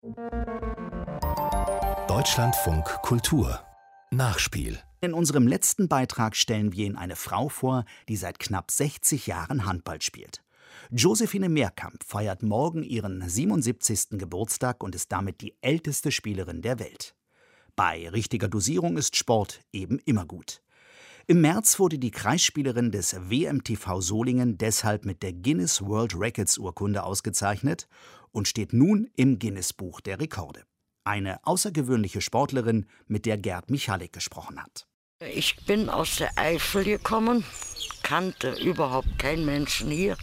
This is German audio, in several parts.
Deutschlandfunk Kultur Nachspiel. In unserem letzten Beitrag stellen wir Ihnen eine Frau vor, die seit knapp 60 Jahren Handball spielt. Josephine Mehrkamp feiert morgen ihren 77. Geburtstag und ist damit die älteste Spielerin der Welt. Bei richtiger Dosierung ist Sport eben immer gut. Im März wurde die Kreisspielerin des WMTV Solingen deshalb mit der Guinness World Records Urkunde ausgezeichnet und steht nun im Guinness-Buch der Rekorde. Eine außergewöhnliche Sportlerin, mit der Gerd Michalik gesprochen hat. Ich bin aus der Eifel gekommen, kannte überhaupt keinen Menschen hier.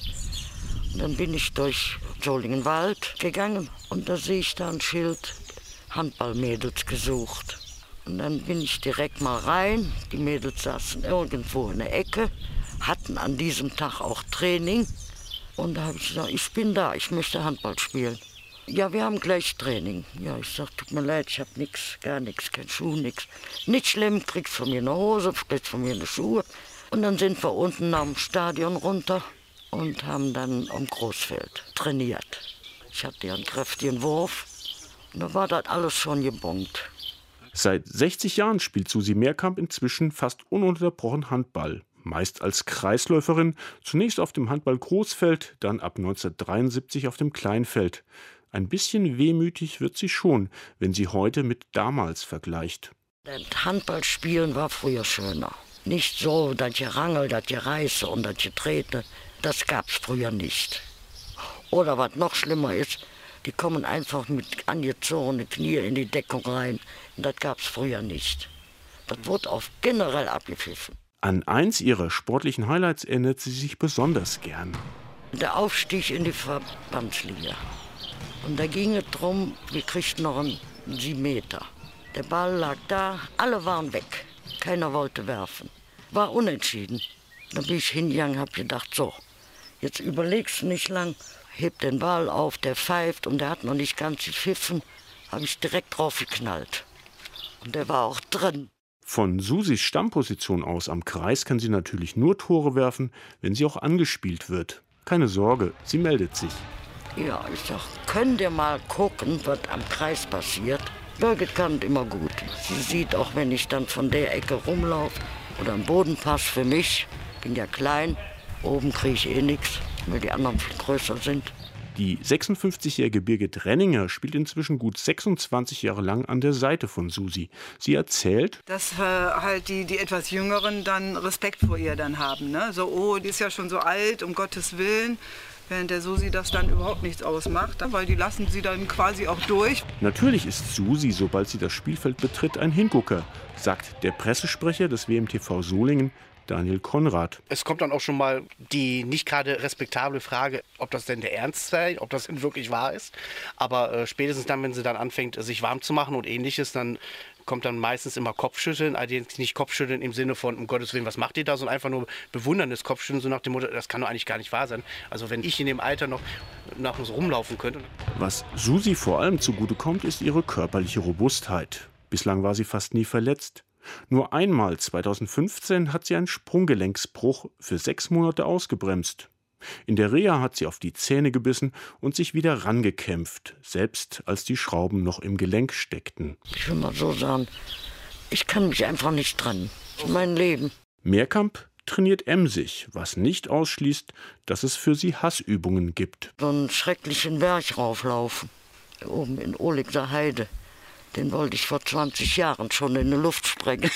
Und dann bin ich durch Solingenwald gegangen und da sehe ich da ein Schild, Handballmädels gesucht. Und dann bin ich direkt mal rein, die Mädels saßen irgendwo in der Ecke, hatten an diesem Tag auch Training. Und da habe ich gesagt, ich bin da, ich möchte Handball spielen. Ja, wir haben gleich Training. Ja, ich sag, tut mir leid, ich habe nichts, gar nichts, kein Schuh, nichts. Nicht schlimm, kriegst von mir eine Hose, kriegst von mir eine Schuhe. Und dann sind wir unten am Stadion runter und haben dann am Großfeld trainiert. Ich hatte ja einen kräftigen Wurf und da war das alles schon gebongt. Seit 60 Jahren spielt Susi Mehrkamp inzwischen fast ununterbrochen Handball. Meist als Kreisläuferin, zunächst auf dem Handball-Großfeld, dann ab 1973 auf dem Kleinfeld. Ein bisschen wehmütig wird sie schon, wenn sie heute mit damals vergleicht. Das Handballspielen war früher schöner. Nicht so, dass ich rangel, dass ich reiße und dass ich trete. Das gab's früher nicht. Oder was noch schlimmer ist, die kommen einfach mit angezogenen Knie in die Deckung rein. Und das gab's früher nicht. Das wurde auf generell abgepfiffen. An eins ihrer sportlichen Highlights erinnert sie sich besonders gern. Der Aufstieg in die Verbandsliga. Und da ging es darum, wir kriegten noch einen 7 Meter. Der Ball lag da, alle waren weg. Keiner wollte werfen. War unentschieden. Dann bin ich hingegangen, hab gedacht, so, jetzt überlegst du nicht lang, heb den Ball auf, der pfeift und der hat noch nicht ganz gepfiffen. Habe ich direkt drauf geknallt. Und der war auch drin. Von Susis Stammposition aus am Kreis kann sie natürlich nur Tore werfen, wenn sie auch angespielt wird. Keine Sorge, sie meldet sich. Ja, ich sag, könnt ihr mal gucken, was am Kreis passiert? Birgit kann immer gut. Sie sieht auch, wenn ich dann von der Ecke rumlaufe oder am Boden passe für mich. Bin ja klein, oben kriege ich eh nichts, weil die anderen viel größer sind. Die 56-jährige Birgit Renninger spielt inzwischen gut 26 Jahre lang an der Seite von Susi. Sie erzählt, dass halt die etwas Jüngeren dann Respekt vor ihr dann haben. Ne? So, oh, die ist ja schon so alt, um Gottes Willen. Während der Susi das dann überhaupt nichts ausmacht, weil die lassen sie dann quasi auch durch. Natürlich ist Susi, sobald sie das Spielfeld betritt, ein Hingucker, sagt der Pressesprecher des WMTV Solingen, Daniel Konrad. Es kommt dann auch schon mal die nicht gerade respektable Frage, ob das denn der Ernst sei, ob das denn wirklich wahr ist. Aber spätestens dann, wenn sie dann anfängt, sich warm zu machen und ähnliches, dann kommt dann meistens immer Kopfschütteln, also nicht Kopfschütteln im Sinne von, um Gottes Willen, was macht ihr da, sondern einfach nur bewunderndes Kopfschütteln, so nach dem Motto, das kann doch eigentlich gar nicht wahr sein. Also wenn ich in dem Alter noch so rumlaufen könnte. Was Susi vor allem zugutekommt, ist ihre körperliche Robustheit. Bislang war sie fast nie verletzt. Nur einmal, 2015, hat sie einen Sprunggelenksbruch für 6 Monate ausgebremst. In der Reha hat sie auf die Zähne gebissen und sich wieder rangekämpft, selbst als die Schrauben noch im Gelenk steckten. Ich will mal so sagen, ich kann mich einfach nicht trennen. Das ist mein Leben. Mehrkamp trainiert emsig, was nicht ausschließt, dass es für sie Hassübungen gibt. So einen schrecklichen Berg rauflaufen, oben in Oligser Heide. Den wollte ich vor 20 Jahren schon in die Luft sprengen.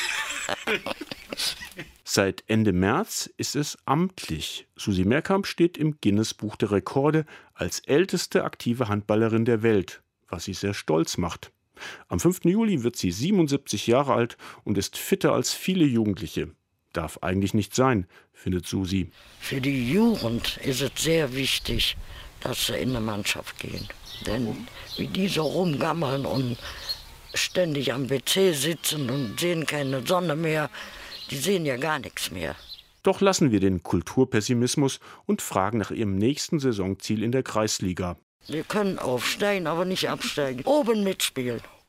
Seit Ende März ist es amtlich. Susi Mehrkamp steht im Guinness-Buch der Rekorde als älteste aktive Handballerin der Welt, was sie sehr stolz macht. Am 5. Juli wird sie 77 Jahre alt und ist fitter als viele Jugendliche. Darf eigentlich nicht sein, findet Susi. Für die Jugend ist es sehr wichtig, dass sie in eine Mannschaft gehen. Denn wie die so rumgammeln und ständig am WC sitzen und sehen keine Sonne mehr, die sehen ja gar nichts mehr. Doch lassen wir den Kulturpessimismus und fragen nach ihrem nächsten Saisonziel in der Kreisliga. Wir können aufsteigen, aber nicht absteigen. Oben mitspielen.